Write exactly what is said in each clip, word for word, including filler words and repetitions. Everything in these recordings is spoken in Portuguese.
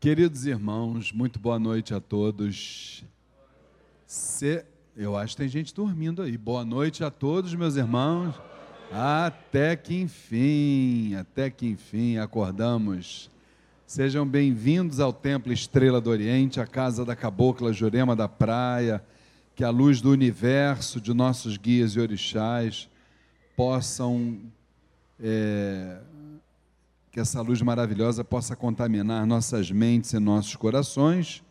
Queridos irmãos, muito boa noite a todos. Se, eu acho que tem gente dormindo aí. Boa noite a todos, meus irmãos. Até que enfim, até que enfim acordamos. Sejam bem-vindos ao Templo Estrela do Oriente, a casa da Cabocla Jurema da Praia. Que a luz do universo, de nossos guias e orixás, possam... É, que essa luz maravilhosa possa contaminar nossas mentes e nossos corações,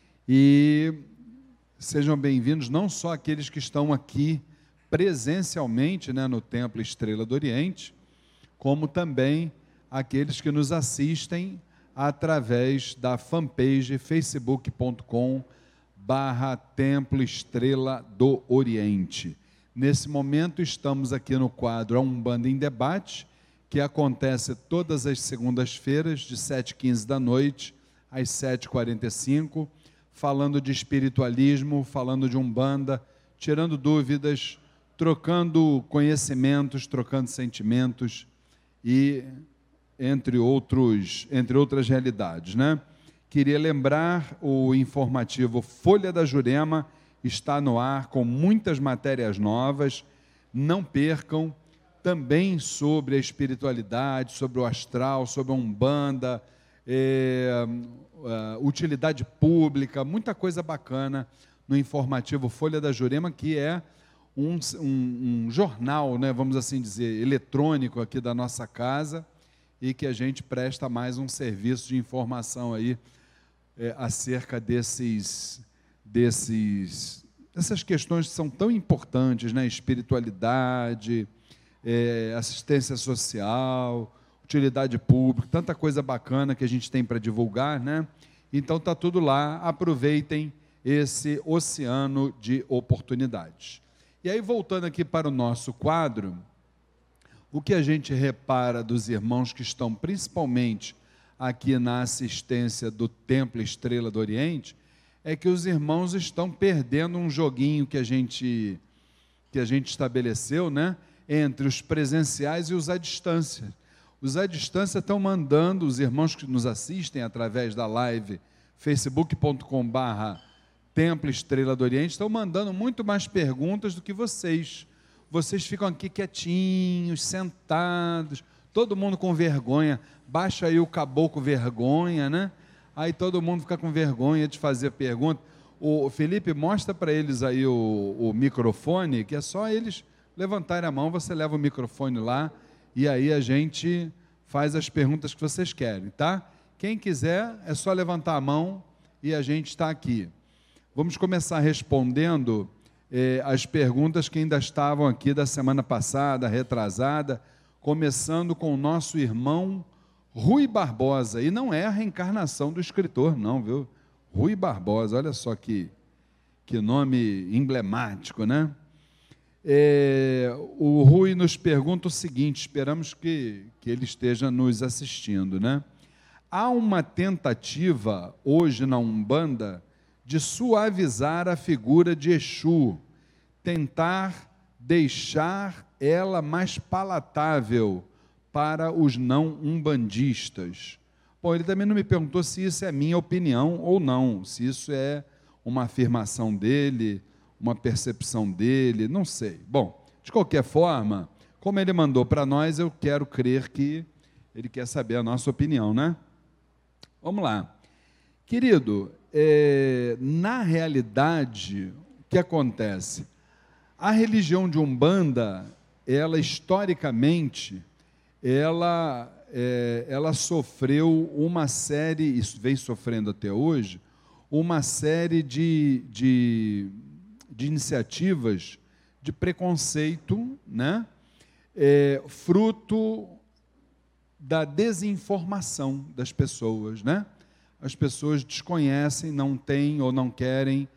e sejam bem-vindos não só aqueles que estão aqui presencialmente, né, no Templo Estrela do Oriente, como também aqueles que nos assistem através da fanpage facebook ponto com barra Templo Estrela do Oriente. Nesse momento estamos aqui no quadro A Umbanda em Debate, que acontece todas as segundas-feiras, de sete e quinze da noite às sete e quarenta e cinco, falando de espiritualismo, falando de Umbanda, tirando dúvidas, trocando conhecimentos, trocando sentimentos e entre outros, entre outras realidades, né? Queria lembrar, o informativo Folha da Jurema está no ar com muitas matérias novas, não percam. Também sobre a espiritualidade, sobre o astral, sobre a Umbanda, é, utilidade pública, muita coisa bacana no informativo Folha da Jurema, que é um, um, um jornal, né, vamos assim dizer, eletrônico aqui da nossa casa, e que a gente presta mais um serviço de informação aí é, acerca desses, desses, dessas questões que são tão importantes, né, espiritualidade, É, assistência social, utilidade pública, tanta coisa bacana que a gente tem para divulgar, né? Então está tudo lá, aproveitem esse oceano de oportunidades. E aí, voltando aqui para o nosso quadro, o que a gente repara dos irmãos que estão principalmente aqui na assistência do Templo Estrela do Oriente, é que os irmãos estão perdendo um joguinho que a gente, que a gente estabeleceu, né? Entre os presenciais e os à distância. Os à distância estão mandando, os irmãos que nos assistem através da live facebook ponto com barra Templo Estrela do Oriente, estão mandando muito mais perguntas do que vocês. Vocês ficam aqui quietinhos, sentados, todo mundo com vergonha. Baixa aí o caboclo vergonha, né? Aí todo mundo fica com vergonha de fazer pergunta. O Felipe, mostra para eles aí o, o microfone, que é só eles levantarem a mão, você leva o microfone lá, e aí a gente faz as perguntas que vocês querem, tá? Quem quiser, é só levantar a mão, e a gente está aqui. Vamos começar respondendo eh, as perguntas que ainda estavam aqui da semana passada, retrasada, começando com o nosso irmão Rui Barbosa, e não é a reencarnação do escritor, não, viu? Rui Barbosa, olha só que, que nome emblemático, né? É, o Rui nos pergunta o seguinte, esperamos que, que ele esteja nos assistindo, né? Há uma tentativa hoje na Umbanda de suavizar a figura de Exu, tentar deixar ela mais palatável para os não umbandistas. Bom, ele também não me perguntou se isso é minha opinião ou não, se isso é uma afirmação dele, uma percepção dele, não sei. Bom, de qualquer forma, como ele mandou para nós, eu quero crer que ele quer saber a nossa opinião, né? Vamos lá. Querido, é, na realidade, o que acontece? A religião de Umbanda, ela historicamente, ela, é, ela sofreu uma série, isso vem sofrendo até hoje, uma série de... de de iniciativas de preconceito, né? É, fruto da desinformação das pessoas, né? As pessoas desconhecem, não têm ou não querem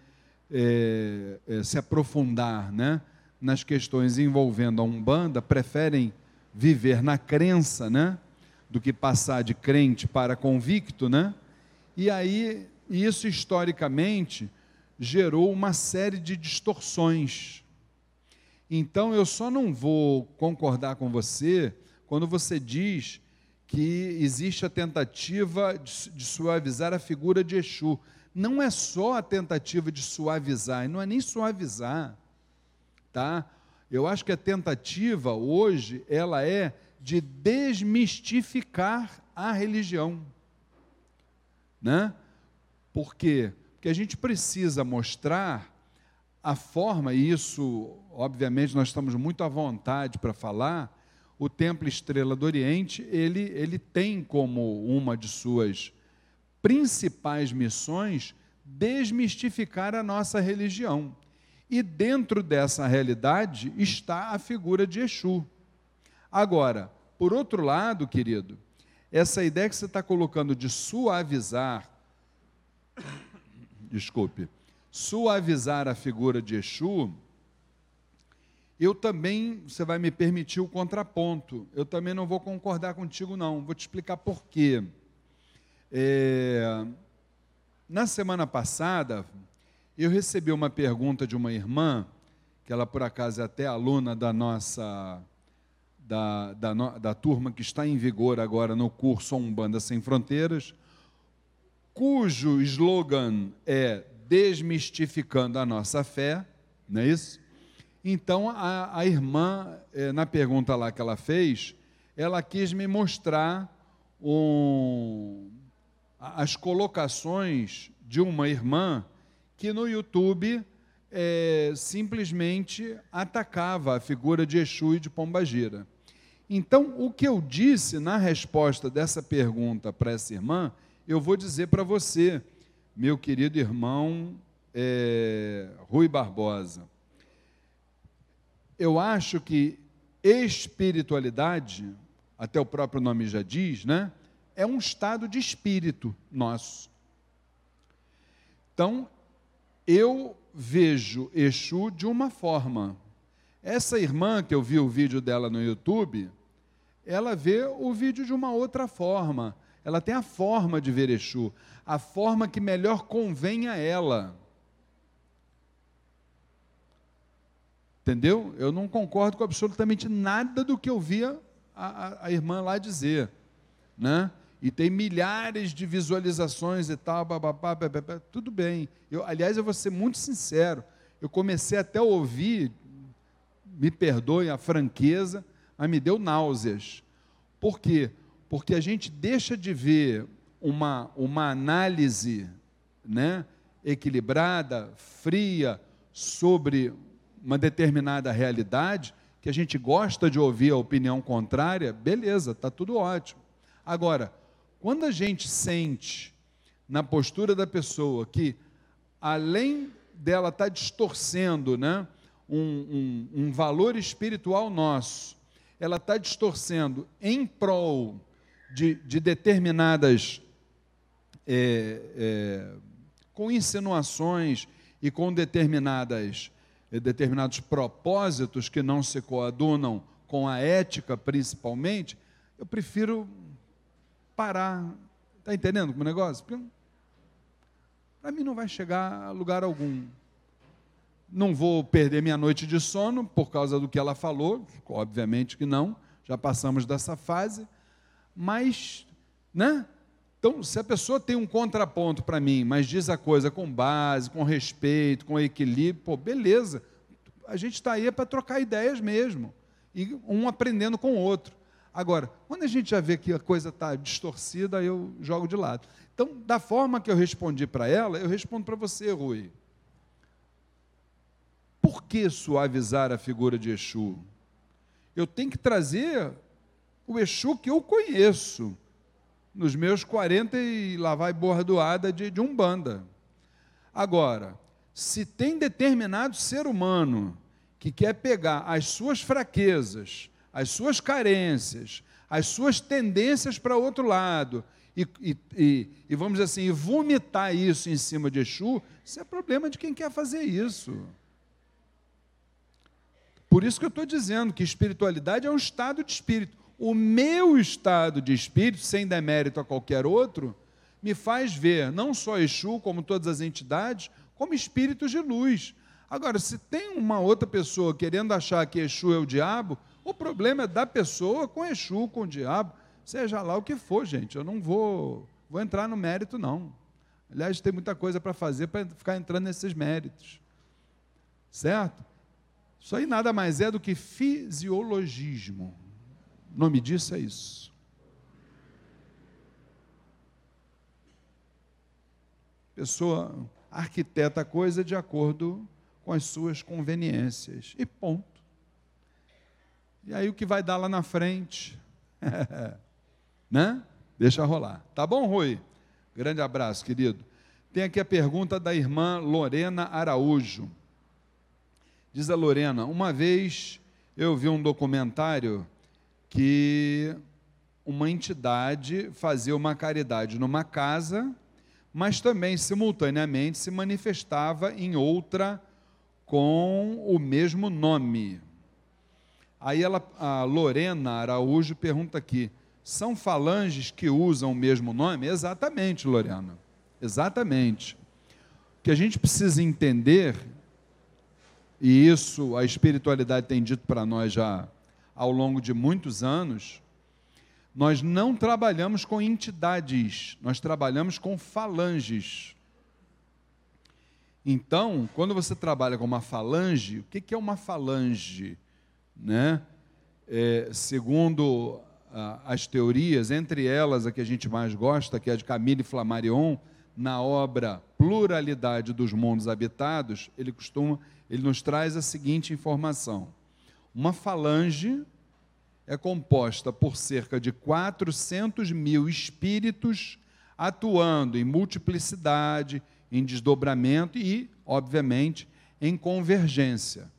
é, é, se aprofundar, né, nas questões envolvendo a Umbanda, preferem viver na crença, né, do que passar de crente para convicto, né? E aí, isso historicamente gerou uma série de distorções. Então, eu só não vou concordar com você quando você diz que existe a tentativa de, de suavizar a figura de Exu. Não é só a tentativa de suavizar, não é nem suavizar, tá? Eu acho que a tentativa hoje, ela é de desmistificar a religião, né? Por quê? Porque a gente precisa mostrar a forma, e isso, obviamente, nós estamos muito à vontade para falar. O Templo Estrela do Oriente, ele, ele tem como uma de suas principais missões desmistificar a nossa religião. E dentro dessa realidade está a figura de Exu. Agora, por outro lado, querido, essa ideia que você está colocando de suavizar, desculpe, suavizar a figura de Exu, eu também, você vai me permitir o contraponto, eu também não vou concordar contigo não, vou te explicar por quê. É, na semana passada, eu recebi uma pergunta de uma irmã, que ela por acaso é até aluna da nossa, da, da, da turma que está em vigor agora no curso Umbanda Sem Fronteiras, cujo slogan é desmistificando a nossa fé, não é isso? Então, a, a irmã, eh, na pergunta lá que ela fez, ela quis me mostrar um, as colocações de uma irmã que no YouTube eh, simplesmente atacava a figura de Exu e de Pombagira. Então, o que eu disse na resposta dessa pergunta para essa irmã, eu vou dizer para você, meu querido irmão é, Rui Barbosa. Eu acho que espiritualidade, até o próprio nome já diz, né, é um estado de espírito nosso. Então, eu vejo Exu de uma forma. Essa irmã que eu vi o vídeo dela no YouTube, ela vê o vídeo de uma outra forma. Ela tem a forma de ver Exu, a forma que melhor convém a ela. Entendeu? Eu não concordo com absolutamente nada do que eu via a, a, a irmã lá dizer, né? E tem milhares de visualizações e tal, bababá, bababá, tudo bem. Eu, aliás, eu vou ser muito sincero, eu comecei até a ouvir, me perdoem a franqueza, mas me deu náuseas. Por quê? Porque a gente deixa de ver uma, uma análise, né, equilibrada, fria, sobre uma determinada realidade, que a gente gosta de ouvir a opinião contrária, beleza, está tudo ótimo. Agora, quando a gente sente na postura da pessoa que, além dela estar distorcendo, né, um, um, um valor espiritual nosso, ela está distorcendo em prol de, de determinadas, é, é, com insinuações e com determinadas, é, determinados propósitos que não se coadunam com a ética, principalmente, eu prefiro parar. Está entendendo como negócio? Para mim não vai chegar a lugar algum. Não vou perder minha noite de sono por causa do que ela falou, obviamente que não, já passamos dessa fase, mas, né? Então, se a pessoa tem um contraponto para mim, mas diz a coisa com base, com respeito, com equilíbrio, pô, beleza, a gente está aí para trocar ideias mesmo, e um aprendendo com o outro. Agora, quando a gente já vê que a coisa está distorcida, eu jogo de lado. Então, da forma que eu respondi para ela, eu respondo para você, Rui. Por que suavizar a figura de Exu? Eu tenho que trazer o Exu que eu conheço, nos meus quarenta e lá vai bordoada de, de Umbanda. Agora, se tem determinado ser humano que quer pegar as suas fraquezas, as suas carências, as suas tendências para outro lado, e, e, e, e vamos dizer assim, vomitar isso em cima de Exu, isso é problema de quem quer fazer isso. Por isso que eu estou dizendo que espiritualidade é um estado de espírito. O meu estado de espírito, sem demérito a qualquer outro, me faz ver não só Exu, como todas as entidades, como espíritos de luz. Agora, se tem uma outra pessoa querendo achar que Exu é o diabo, o problema é da pessoa com Exu, com o diabo. seja lá o que for, gente, eu não vou, vou entrar no mérito, não. Aliás, tem muita coisa para fazer para ficar entrando nesses méritos. Certo? Isso aí nada mais é do que fisiologismo. O nome disso é isso. Pessoa arquiteta a coisa de acordo com as suas conveniências. E ponto. E aí o que vai dar lá na frente? Né? Deixa rolar. Tá bom, Rui? Grande abraço, querido. Tem aqui a pergunta da irmã Lorena Araújo. Diz a Lorena: uma vez eu vi um documentário que uma entidade fazia uma caridade numa casa, mas também, simultaneamente, se manifestava em outra com o mesmo nome. Aí ela, a Lorena Araújo pergunta aqui: são falanges que usam o mesmo nome? Exatamente, Lorena, exatamente. O que a gente precisa entender, e isso a espiritualidade tem dito para nós já ao longo de muitos anos, nós não trabalhamos com entidades, nós trabalhamos com falanges. Então, quando você trabalha com uma falange, o que é uma falange? Né? É, segundo ah, as teorias, entre elas a que a gente mais gosta, que é a de Camille Flammarion, na obra Pluralidade dos Mundos Habitados, ele costuma, ele nos traz a seguinte informação: uma falange é composta por cerca de quatrocentos mil espíritos atuando em multiplicidade, em desdobramento e, obviamente, em convergência.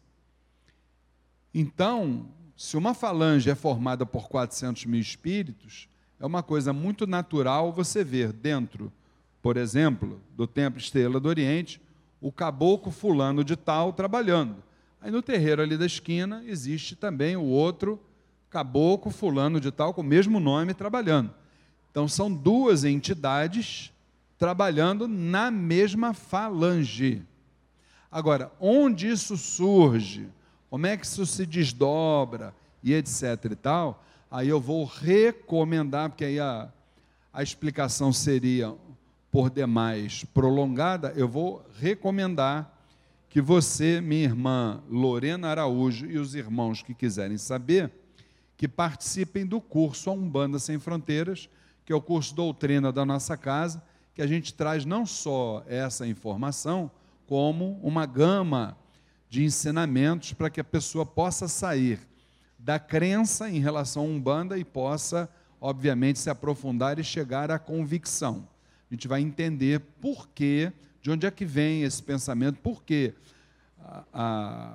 Então, se uma falange é formada por quatrocentos mil espíritos, é uma coisa muito natural você ver dentro, por exemplo, do Templo Estrela do Oriente, o caboclo fulano de tal trabalhando. Aí no terreiro ali da esquina existe também o outro caboclo fulano de tal com o mesmo nome trabalhando. Então são duas entidades trabalhando na mesma falange. Agora, onde isso surge, como é que isso se desdobra e etc e tal, aí eu vou recomendar, porque aí a, a explicação seria por demais prolongada, eu vou recomendar que você, minha irmã Lorena Araújo, e os irmãos que quiserem saber, que participem do curso A Umbanda Sem Fronteiras, que é o curso Doutrina da nossa casa, que a gente traz não só essa informação, como uma gama de ensinamentos para que a pessoa possa sair da crença em relação à Umbanda e possa, obviamente, se aprofundar e chegar à convicção. A gente vai entender por quê, de onde é que vem esse pensamento, por quê a, a,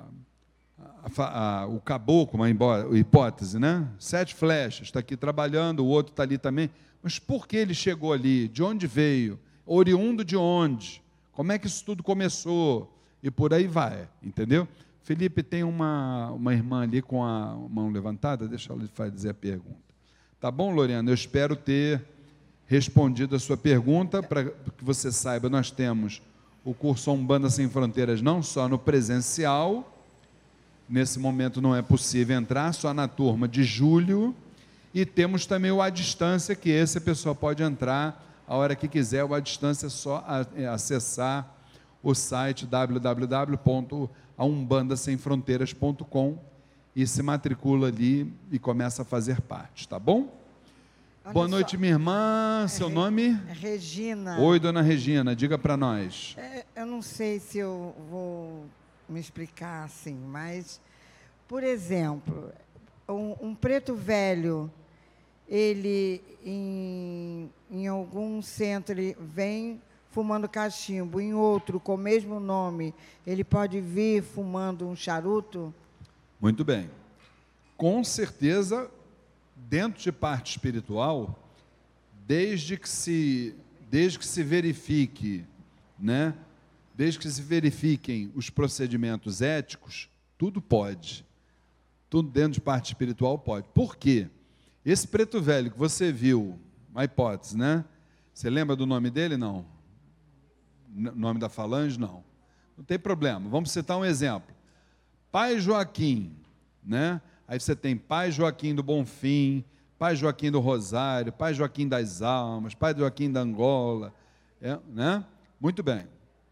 a, a, o caboclo, uma hipótese, né? Sete flechas, está aqui trabalhando, o outro está ali também, mas por que ele chegou ali? De onde veio? Oriundo de onde? Como é que isso tudo começou? E por aí vai, entendeu? Felipe, tem uma, uma irmã ali com a mão levantada, deixa ela fazer a pergunta. Tá bom, Loriana? Eu espero ter respondido a sua pergunta. Para que você saiba, nós temos o curso Umbanda Sem Fronteiras não só no presencial, nesse momento não é possível entrar, só na turma de julho, e temos também o à distância, que esse a pessoa pode entrar a hora que quiser, o à distância é só acessar o site w w w ponto a umbanda sem fronteiras ponto com e se matricula ali e começa a fazer parte, tá bom? Olha Boa noite, só. Minha irmã, seu é, nome? Regina. Oi, dona Regina, diga para nós. É, eu não sei se eu vou me explicar assim, mas, por exemplo, um, um preto velho, ele, em, em algum centro, ele vem fumando cachimbo, em outro, com o mesmo nome, ele pode vir fumando um charuto? Muito bem. Com certeza, dentro de parte espiritual, desde que se, desde que se verifique, né, desde que se verifiquem os procedimentos éticos, tudo pode. Tudo dentro de parte espiritual pode. Por quê? Esse preto velho que você viu, uma hipótese, né? Você lembra do nome dele? Não. Nome da falange? Não. Não tem problema. Vamos citar um exemplo. Pai Joaquim, né? Aí você tem Pai Joaquim do Bonfim, Pai Joaquim do Rosário, Pai Joaquim das Almas, Pai Joaquim da Angola, é, né? Muito bem.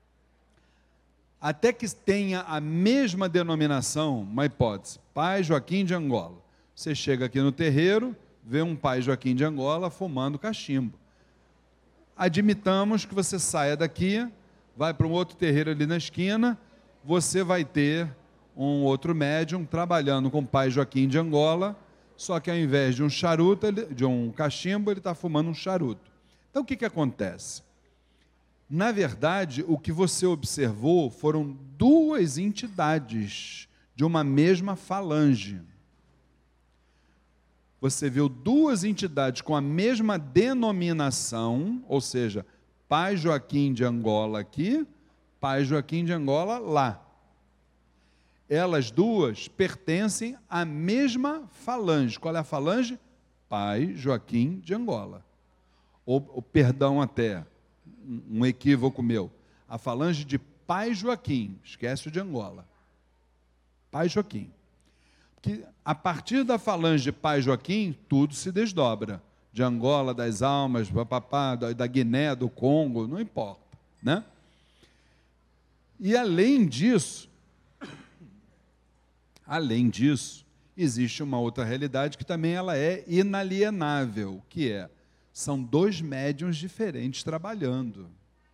Até que tenha a mesma denominação, uma hipótese, Pai Joaquim de Angola. Você chega aqui no terreiro, vê um Pai Joaquim de Angola fumando cachimbo. Admitamos que você saia daqui, vai para um outro terreiro ali na esquina, você vai ter um outro médium trabalhando com o Pai Joaquim de Angola, só que ao invés de um charuto, de um cachimbo, ele está fumando um charuto. Então o que, que acontece? Na verdade, o que você observou foram duas entidades de uma mesma falange. Você viu duas entidades com a mesma denominação, ou seja, Pai Joaquim de Angola aqui, Pai Joaquim de Angola lá. Elas duas pertencem à mesma falange. Qual é a falange? Pai Joaquim de Angola. Ou, ou perdão até, um equívoco meu. A falange de Pai Joaquim, esquece o de Angola. Pai Joaquim. Que a partir da falange de Pai Joaquim, tudo se desdobra. De Angola, das Almas, papapá, da Guiné, do Congo, não importa, né? E além disso, além disso, existe uma outra realidade que também ela é inalienável, que é, são dois médiuns diferentes trabalhando.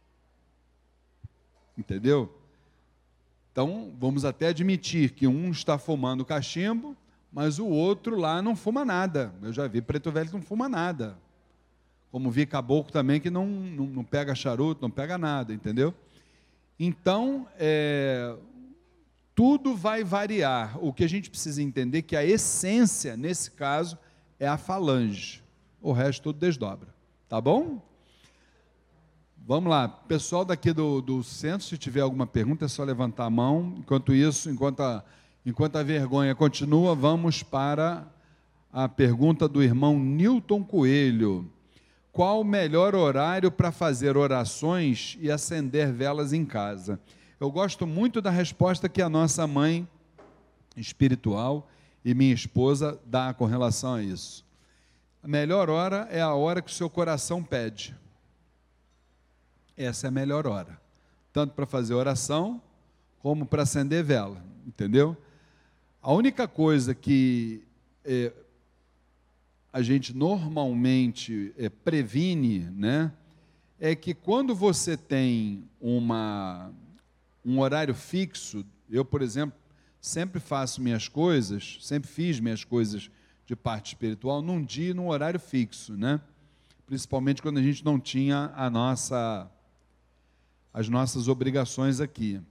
Entendeu? Então, vamos até admitir que um está fumando cachimbo, mas o outro lá não fuma nada. Eu já vi preto velho que não fuma nada. Como vi caboclo também que não, não, não pega charuto, não pega nada, entendeu? Então, é, tudo vai variar. O que a gente precisa entender é que a essência, nesse caso, é a falange. O resto tudo desdobra. Tá bom? Vamos lá. Pessoal daqui do, do centro, se tiver alguma pergunta, é só levantar a mão. Enquanto isso, enquanto a, enquanto a vergonha continua, vamos para a pergunta do irmão Newton Coelho. Qual o melhor horário para fazer orações e acender velas em casa? Eu gosto muito da resposta que a nossa mãe espiritual e minha esposa dá com relação a isso. A melhor hora é a hora que o seu coração pede. Essa é a melhor hora. Tanto para fazer oração, como para acender vela. Entendeu? A única coisa que é, a gente normalmente é, previne, né, é que quando você tem uma, um horário fixo, eu, por exemplo, sempre faço minhas coisas, sempre fiz minhas coisas de parte espiritual num dia e num horário fixo, né? Principalmente quando a gente não tinha a nossa, as nossas obrigações aqui.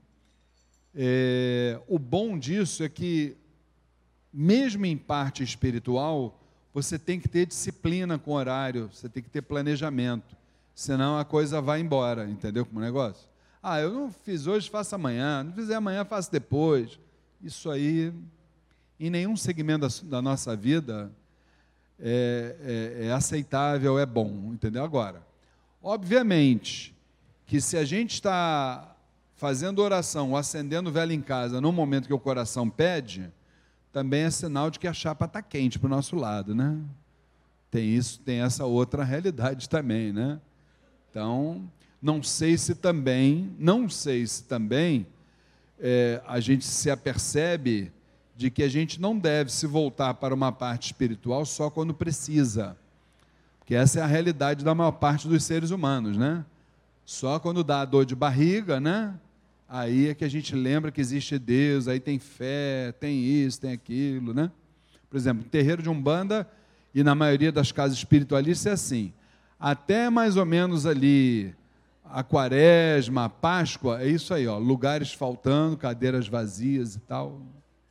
É, o bom disso é que, mesmo em parte espiritual, você tem que ter disciplina com horário, você tem que ter planejamento, senão a coisa vai embora, entendeu como negócio? Ah, eu não fiz hoje, faço amanhã, não fizer amanhã, faço depois. Isso aí, em nenhum segmento da, da nossa vida, é, é, é aceitável, é bom, entendeu? Agora, obviamente, que se a gente está fazendo oração ou acendendo vela em casa no momento que o coração pede, também é sinal de que a chapa está quente para o nosso lado, né? Tem isso, tem essa outra realidade também, né? Então, não sei se também, não sei se também é, a gente se apercebe de que a gente não deve se voltar para uma parte espiritual só quando precisa, porque essa é a realidade da maior parte dos seres humanos, né? Só quando dá dor de barriga, né? Aí é que a gente lembra que existe Deus, aí tem fé, tem isso, tem aquilo, né? Por exemplo, terreiro de Umbanda, e na maioria das casas espiritualistas é assim, até mais ou menos ali a Quaresma, a Páscoa, é isso aí, ó, lugares faltando, cadeiras vazias e tal.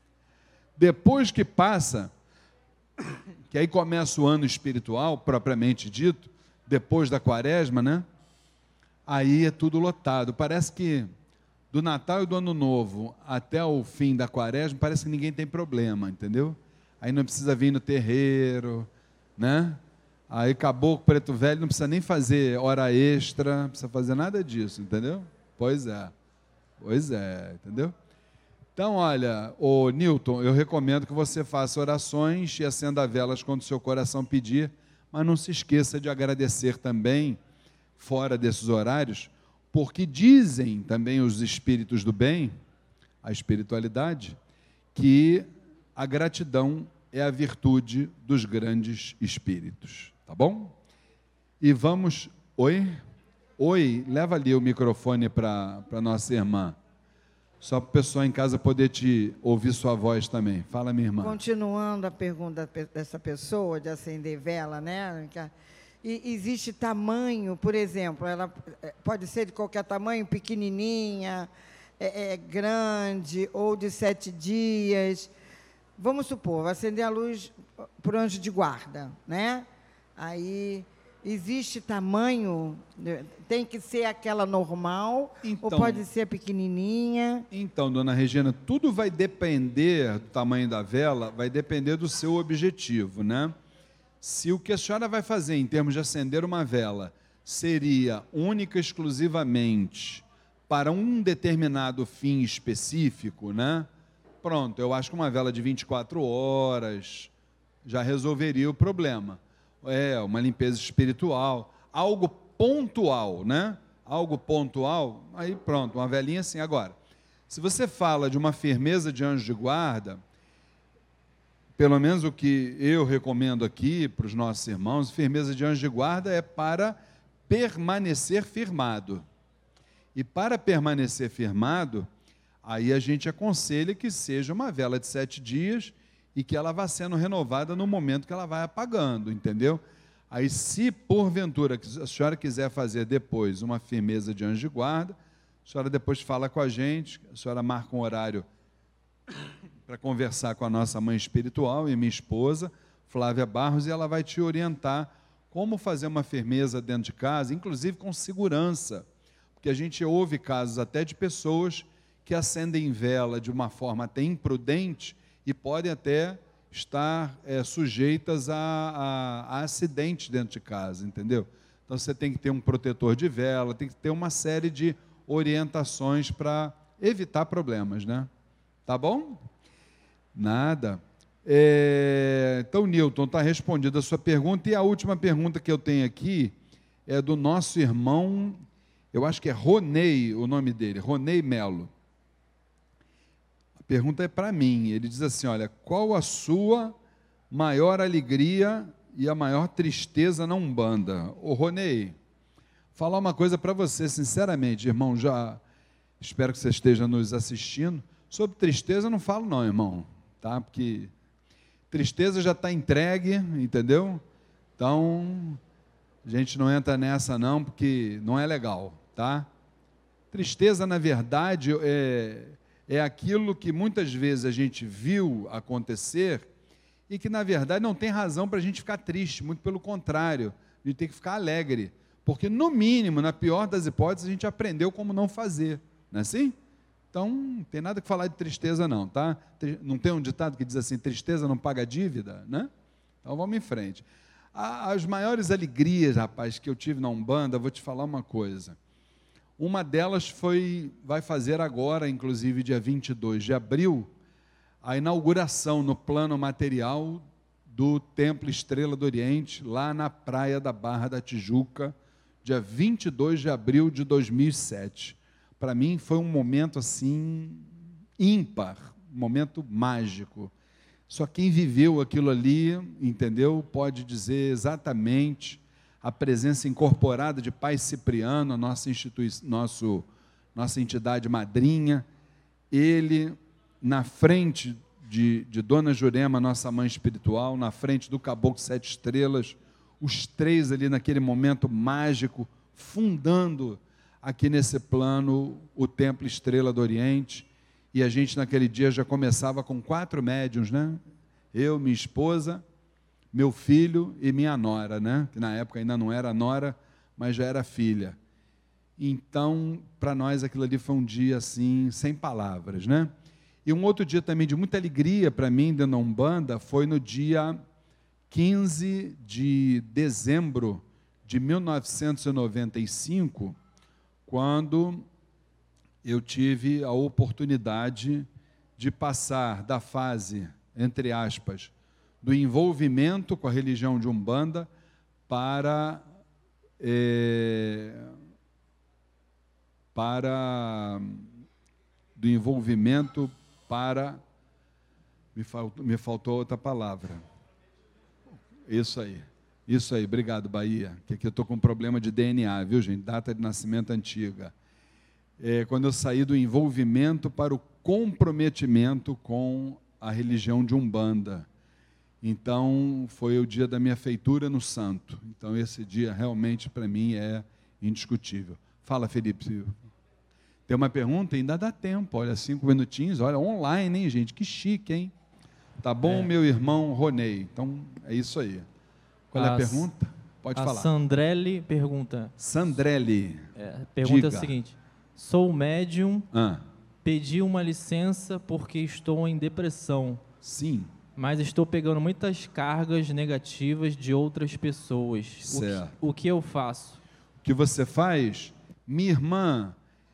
Depois que passa, que aí começa o ano espiritual, propriamente dito, depois da Quaresma, né? Aí é tudo lotado. Parece que do Natal e do Ano Novo até o fim da Quaresma, parece que ninguém tem problema, entendeu? Aí não precisa vir no terreiro, né? Aí caboclo, preto velho, não precisa nem fazer hora extra, não precisa fazer nada disso, entendeu? Pois é, pois é, entendeu? Então, olha, ô Newton, eu recomendo que você faça orações e acenda velas quando o seu coração pedir, mas não se esqueça de agradecer também, fora desses horários, porque dizem também os espíritos do bem, a espiritualidade, que a gratidão é a virtude dos grandes espíritos, tá bom? E vamos... Oi? Oi, leva ali o microfone para a nossa irmã. Só para o pessoal em casa poder te ouvir sua voz também. Fala, minha irmã. Continuando a pergunta dessa pessoa de acender vela, né? E existe tamanho, por exemplo, ela pode ser de qualquer tamanho, pequenininha, é, é, grande, ou de sete dias. Vamos supor, vai acender a luz para o anjo de guarda, né? Aí... Existe tamanho? Tem que ser aquela normal? Então, ou pode ser pequenininha? Então, dona Regina, tudo vai depender do tamanho da vela, vai depender do seu objetivo, né? Se o que a senhora vai fazer em termos de acender uma vela seria única e exclusivamente para um determinado fim específico, né? Pronto, eu acho que uma vela de vinte e quatro horas já resolveria o problema. É, uma limpeza espiritual, algo pontual, né? Algo pontual, aí pronto, uma velinha assim. Agora, se você fala de uma firmeza de anjo de guarda, pelo menos o que eu recomendo aqui para os nossos irmãos, firmeza de anjo de guarda é para permanecer firmado. E para permanecer firmado, aí a gente aconselha que seja uma vela de sete dias, e que ela vá sendo renovada no momento que ela vai apagando, entendeu? Aí, se porventura a senhora quiser fazer depois uma firmeza de anjo de guarda, a senhora depois fala com a gente, a senhora marca um horário para conversar com a nossa mãe espiritual e minha esposa, Flávia Barros, e ela vai te orientar como fazer uma firmeza dentro de casa, inclusive com segurança, porque a gente ouve casos até de pessoas que acendem vela de uma forma até imprudente, e podem até estar é, sujeitas a, a, a acidentes dentro de casa, entendeu? Então, você tem que ter um protetor de vela, tem que ter uma série de orientações para evitar problemas, né? Tá bom? Nada. É, então, Newton, está respondida a sua pergunta, e a última pergunta que eu tenho aqui é do nosso irmão, eu acho que é Ronei, o nome dele, Ronei Melo. Pergunta é para mim, ele diz assim, olha, qual a sua maior alegria e a maior tristeza na Umbanda? Ô Ronei, falar uma coisa para você, sinceramente, irmão, já espero que você esteja nos assistindo, sobre tristeza eu não falo não, irmão, tá? Porque tristeza já está entregue, entendeu? Então, a gente não entra nessa não, porque não é legal, tá? Tristeza, na verdade, é... é aquilo que muitas vezes a gente viu acontecer e que, na verdade, não tem razão para a gente ficar triste, muito pelo contrário, a gente tem que ficar alegre, porque, no mínimo, na pior das hipóteses, a gente aprendeu como não fazer, não é assim? Então, não tem nada que falar de tristeza não, tá? Não tem um ditado que diz assim, tristeza não paga dívida, né? Então, vamos em frente. As maiores alegrias, rapaz, que eu tive na Umbanda, vou te falar uma coisa. Uma delas foi, vai fazer agora, inclusive dia vinte e dois de abril, a inauguração no plano material do Templo Estrela do Oriente, lá na praia da Barra da Tijuca, dia vinte e dois de abril de dois mil e sete. Para mim foi um momento assim, ímpar, um momento mágico. Só quem viveu aquilo ali, entendeu, pode dizer exatamente a presença incorporada de Pai Cipriano, nossa, instituição, nosso, nossa entidade madrinha, ele na frente de, de Dona Jurema, nossa mãe espiritual, na frente do Caboclo Sete Estrelas, os três ali naquele momento mágico, fundando aqui nesse plano o Templo Estrela do Oriente, e a gente naquele dia já começava com quatro médiuns, né? Eu, minha esposa, meu filho e minha nora, né? Que na época ainda não era nora, mas já era filha. Então, para nós aquilo ali foi um dia assim, sem palavras, né? E um outro dia também de muita alegria para mim, dentro da Umbanda, foi no dia quinze de dezembro de mil novecentos e noventa e cinco, quando eu tive a oportunidade de passar da fase, entre aspas, do envolvimento com a religião de Umbanda para, é, para do envolvimento para, me faltou, me faltou outra palavra. Isso aí, isso aí, obrigado, Bahia, que aqui eu estou com um problema de D N A, viu, gente? Data de nascimento antiga. É, quando eu saí do envolvimento para o comprometimento com a religião de Umbanda. Então, foi o dia da minha feitura no santo. Então, esse dia realmente para mim é indiscutível. Fala, Felipe. Tem uma pergunta? Ainda dá tempo, olha, cinco minutinhos, olha, online, hein, gente? Que chique, hein? Tá bom, é. Meu irmão Ronei. Então, é isso aí. Qual é a, a pergunta? Pode a falar. A Sandrelli pergunta. Sandrelli. É, pergunta Diga. É a seguinte. Sou médium, ah. pedi uma licença porque estou em depressão. Sim. Mas estou pegando muitas cargas negativas de outras pessoas. Certo. O que, o que eu faço? O que você faz? Minha irmã,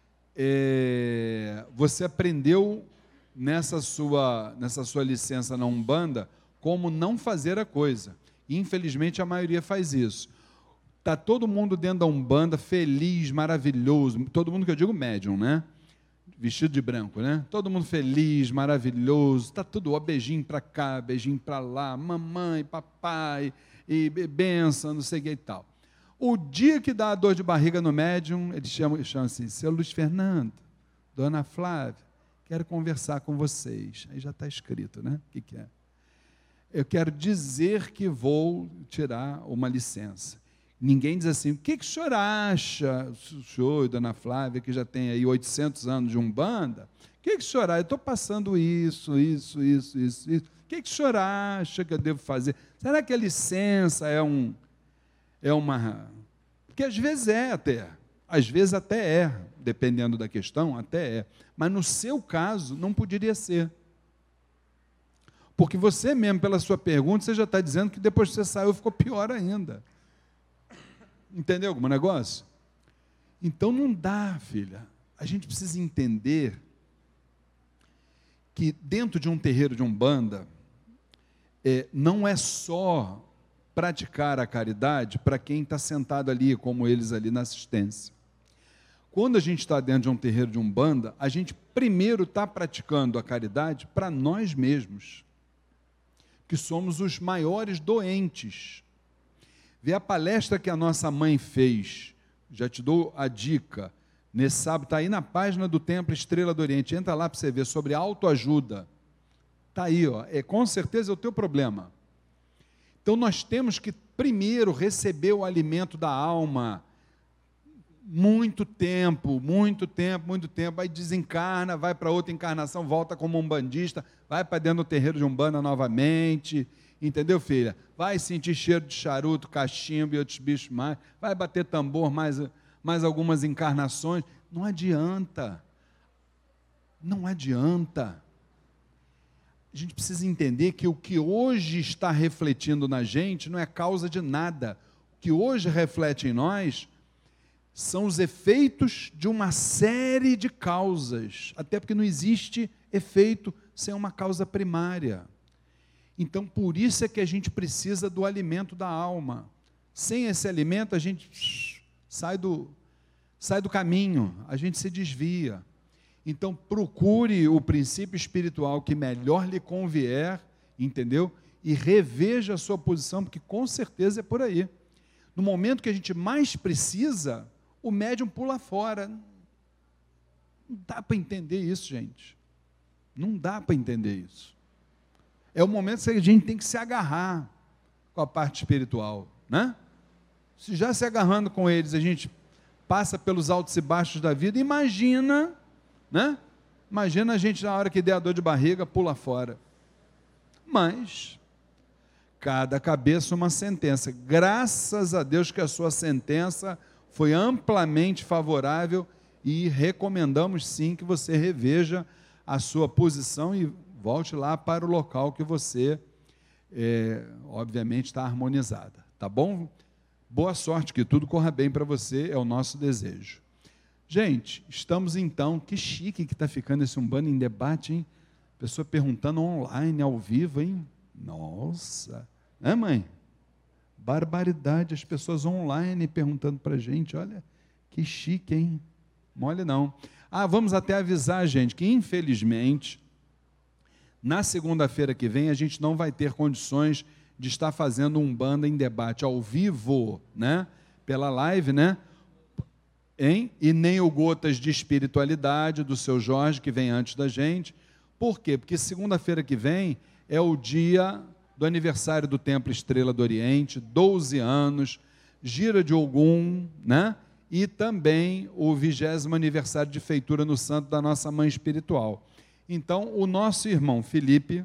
é, você aprendeu nessa sua, nessa sua licença na Umbanda como não fazer a coisa. Infelizmente, a maioria faz isso. Está todo mundo dentro da Umbanda, feliz, maravilhoso, todo mundo que eu digo médium, né? Vestido de branco, né? Todo mundo feliz, maravilhoso, está tudo, ó, beijinho para cá, beijinho para lá, mamãe, papai, e benção, não sei o que e tal. O dia que dá a dor de barriga no médium, eles chamam, chamam assim, seu Luiz Fernando, dona Flávia, quero conversar com vocês. Aí já está escrito, né? O que, que é? Eu quero dizer que vou tirar uma licença. Ninguém diz assim, o que, que o senhor acha, o senhor e dona Flávia, que já tem aí oitocentos anos de Umbanda, o que, que o senhor acha? Eu estou passando isso, isso, isso, isso, isso. O que, que o senhor acha que eu devo fazer? Será que a licença é, um, é uma... Porque às vezes é até, às vezes até é, dependendo da questão, até é. Mas no seu caso, não poderia ser. Porque você mesmo, pela sua pergunta, você já está dizendo que depois que você saiu, ficou pior ainda. Entendeu algum negócio? Então não dá, filha. A gente precisa entender que dentro de um terreiro de Umbanda, é, não é só praticar a caridade para quem está sentado ali, como eles ali na assistência. Quando a gente está dentro de um terreiro de Umbanda, a gente primeiro está praticando a caridade para nós mesmos, que somos os maiores doentes. Vê a palestra que a nossa mãe fez, já te dou a dica, nesse sábado, está aí na página do Templo Estrela do Oriente, entra lá para você ver, sobre autoajuda. Está aí, ó, é com certeza é o teu problema. Então nós temos que primeiro receber o alimento da alma, muito tempo, muito tempo, muito tempo, aí desencarna, vai para outra encarnação, volta como umbandista, vai para dentro do terreiro de Umbanda novamente, entendeu, filha? Vai sentir cheiro de charuto, cachimbo e outros bichos mais, vai bater tambor mais, mais algumas encarnações, não adianta, não adianta. A gente precisa entender que o que hoje está refletindo na gente não é causa de nada, o que hoje reflete em nós são os efeitos de uma série de causas, até porque não existe efeito sem uma causa primária. Então, por isso é que a gente precisa do alimento da alma. Sem esse alimento, a gente sai do, sai do caminho, a gente se desvia. Então, procure o princípio espiritual que melhor lhe convier, entendeu? E reveja a sua posição, porque com certeza é por aí. No momento que a gente mais precisa, o médium pula fora. Não dá para entender isso, gente. Não dá para entender isso. É o momento que a gente tem que se agarrar com a parte espiritual, né? Se já se agarrando com eles, a gente passa pelos altos e baixos da vida, imagina, né? Imagina a gente na hora que der a dor de barriga, pula fora. Mas cada cabeça uma sentença. Graças a Deus que a sua sentença foi amplamente favorável e recomendamos sim que você reveja a sua posição e volte lá para o local que você, é, obviamente, está harmonizada. Tá bom? Boa sorte, que tudo corra bem para você, é o nosso desejo. Gente, estamos então, que chique que está ficando esse Umbanda em debate, hein? Pessoa perguntando online, ao vivo, hein? Nossa! É, mãe? Barbaridade, as pessoas online perguntando para a gente, olha, que chique, hein? Mole não. Ah, vamos até avisar, gente, que infelizmente, na segunda-feira que vem, a gente não vai ter condições de estar fazendo um Umbanda em debate ao vivo, né? Pela live, né? Hein? E nem o Gotas de Espiritualidade do seu Jorge, que vem antes da gente. Por quê? Porque segunda-feira que vem é o dia do aniversário do Templo Estrela do Oriente, doze anos, gira de Ogum, né? E também o vigésimo aniversário de feitura no santo da nossa mãe espiritual. Então, o nosso irmão Felipe,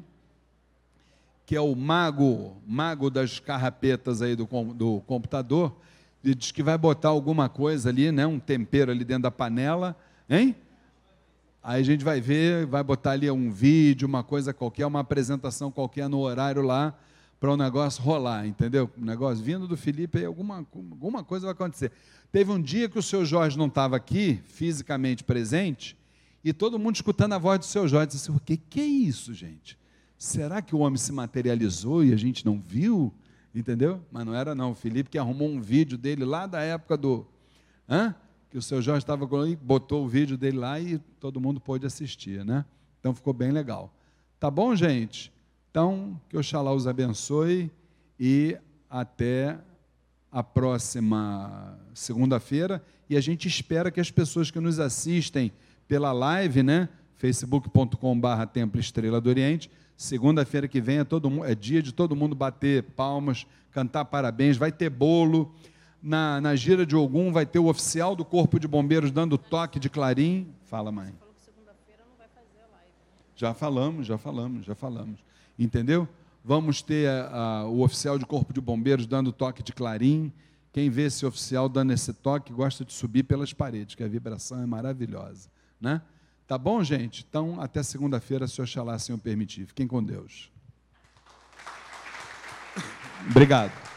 que é o mago, mago das carrapetas aí do, do computador, ele diz que vai botar alguma coisa ali, né? Um tempero ali dentro da panela, hein? Aí a gente vai ver, vai botar ali um vídeo, uma coisa qualquer, uma apresentação qualquer no horário lá, para o negócio rolar, entendeu? O negócio vindo do Felipe, aí alguma, alguma coisa vai acontecer. Teve um dia que o seu Jorge não estava aqui, fisicamente presente, e todo mundo escutando a voz do seu Jorge, disse assim, o que, que é isso, gente? Será que o homem se materializou e a gente não viu? Entendeu? Mas não era não, o Felipe que arrumou um vídeo dele lá da época do... Hã? Que o seu Jorge estava com, botou o vídeo dele lá e todo mundo pôde assistir, né? Então ficou bem legal. Tá bom, gente? Então, que Oxalá os abençoe e até a próxima segunda-feira. E a gente espera que as pessoas que nos assistem pela live, né? facebook ponto com barra Templo Estrela do Oriente, segunda-feira que vem é, todo, é dia de todo mundo bater palmas, cantar parabéns, vai ter bolo. Na, na gira de Ogum vai ter o oficial do Corpo de Bombeiros dando toque de clarim. Fala, mãe. Você falou que segunda-feira não vai fazer a live. Já falamos, já falamos, já falamos. Entendeu? Vamos ter a, a, o oficial de Corpo de Bombeiros dando toque de clarim. Quem vê esse oficial dando esse toque gosta de subir pelas paredes, que a vibração é maravilhosa, né? Tá bom, gente? Então, até segunda-feira, se Oxalá, Senhor permitir. Fiquem com Deus. Obrigado.